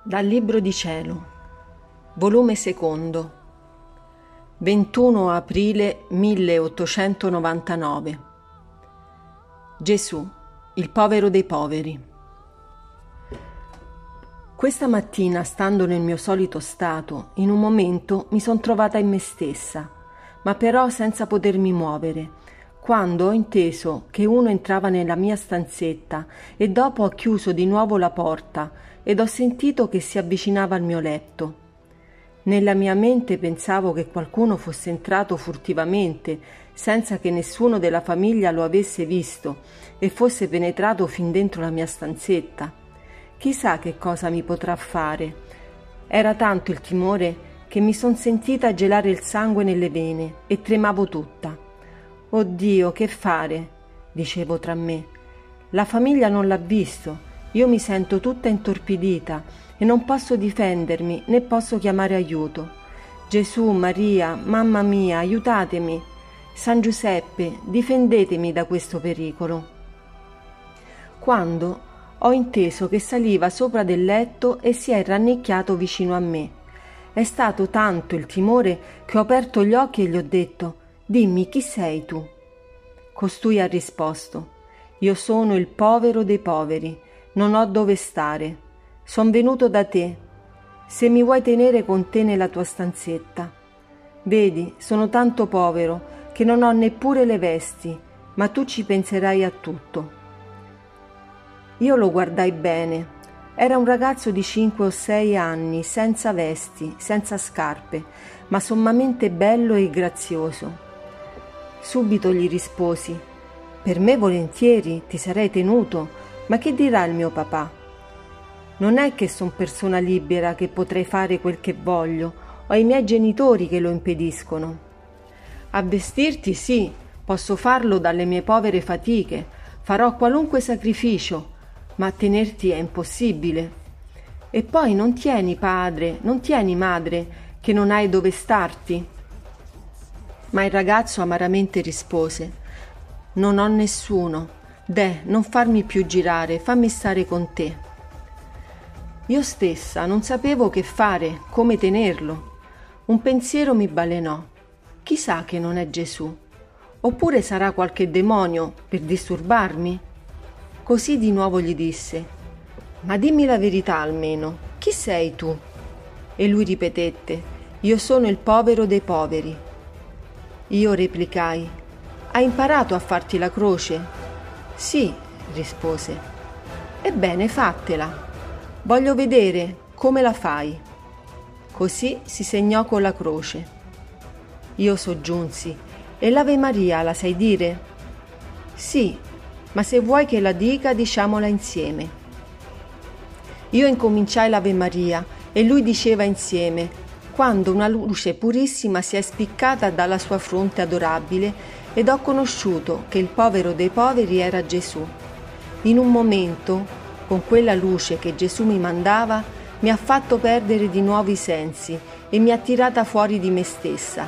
Dal Libro di Cielo, volume secondo, 21 aprile 1899. Gesù, il povero dei poveri. Questa mattina, stando nel mio solito stato, in un momento mi son trovata in me stessa, ma però senza potermi muovere, quando ho inteso che uno entrava nella mia stanzetta e dopo ho chiuso di nuovo la porta ed ho sentito che si avvicinava al mio letto. Nella mia mente pensavo che qualcuno fosse entrato furtivamente, senza che nessuno della famiglia lo avesse visto, e fosse penetrato fin dentro la mia stanzetta. Chissà che cosa mi potrà fare. Era tanto il timore che mi son sentita gelare il sangue nelle vene e tremavo tutta. «Oh Dio, che fare?» dicevo tra me. «La famiglia non l'ha visto. Io mi sento tutta intorpidita e non posso difendermi né posso chiamare aiuto. Gesù, Maria, mamma mia, aiutatemi. San Giuseppe, difendetemi da questo pericolo». Quando ho inteso che saliva sopra del letto e si è rannicchiato vicino a me. È stato tanto il timore che ho aperto gli occhi e gli ho detto: «Dimmi, chi sei tu?» Costui ha risposto: «Io sono il povero dei poveri. Non ho dove stare. Son venuto da te. Se mi vuoi tenere con te nella tua stanzetta. Vedi, sono tanto povero che non ho neppure le vesti, ma tu ci penserai a tutto». Io lo guardai bene. Era un ragazzo di 5 o 6 anni, senza vesti, senza scarpe, ma sommamente bello e grazioso. Subito gli risposi: «Per me volentieri, ti sarei tenuto. Ma che dirà il mio papà? Non è che son persona libera che potrei fare quel che voglio, ho i miei genitori che lo impediscono. A vestirti sì, posso farlo dalle mie povere fatiche, farò qualunque sacrificio, ma a tenerti è impossibile. E poi non tieni padre, non tieni madre, che non hai dove starti». Ma il ragazzo amaramente rispose: «Non ho nessuno. Non farmi più girare, fammi stare con te». Io stessa non sapevo che fare, come tenerlo. Un pensiero mi balenò: chissà che non è Gesù, oppure sarà qualche demonio per disturbarmi. Così di nuovo gli disse: «Ma dimmi la verità almeno, chi sei tu?» E lui ripetette: «Io sono il povero dei poveri». Io replicai: «Hai imparato a farti la croce?» «Sì», rispose. «Ebbene, fatela. Voglio vedere come la fai». Così si segnò con la croce. Io soggiunsi: «E l'Ave Maria la sai dire?» «Sì, ma se vuoi che la dica, diciamola insieme». Io incominciai l'Ave Maria e lui diceva insieme, quando una luce purissima si è spiccata dalla sua fronte adorabile ed ho conosciuto che il povero dei poveri era Gesù. In un momento, con quella luce che Gesù mi mandava, mi ha fatto perdere di nuovo i sensi e mi ha tirata fuori di me stessa.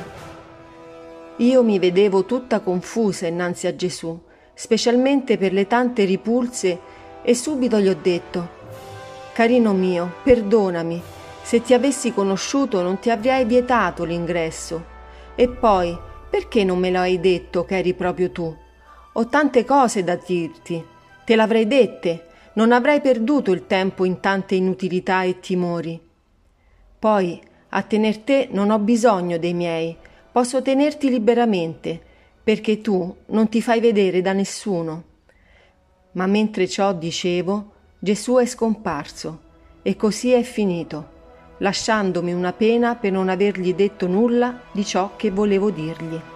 Io mi vedevo tutta confusa innanzi a Gesù, specialmente per le tante ripulse, e subito gli ho detto: «Carino mio, perdonami, se ti avessi conosciuto non ti avrei vietato l'ingresso. E poi, perché non me lo hai detto che eri proprio tu? Ho tante cose da dirti, te l'avrei dette, non avrei perduto il tempo in tante inutilità e timori. Poi, a tener te non ho bisogno dei miei, posso tenerti liberamente, perché tu non ti fai vedere da nessuno». Ma mentre ciò dicevo, Gesù è scomparso, e così è finito, lasciandomi una pena per non avergli detto nulla di ciò che volevo dirgli.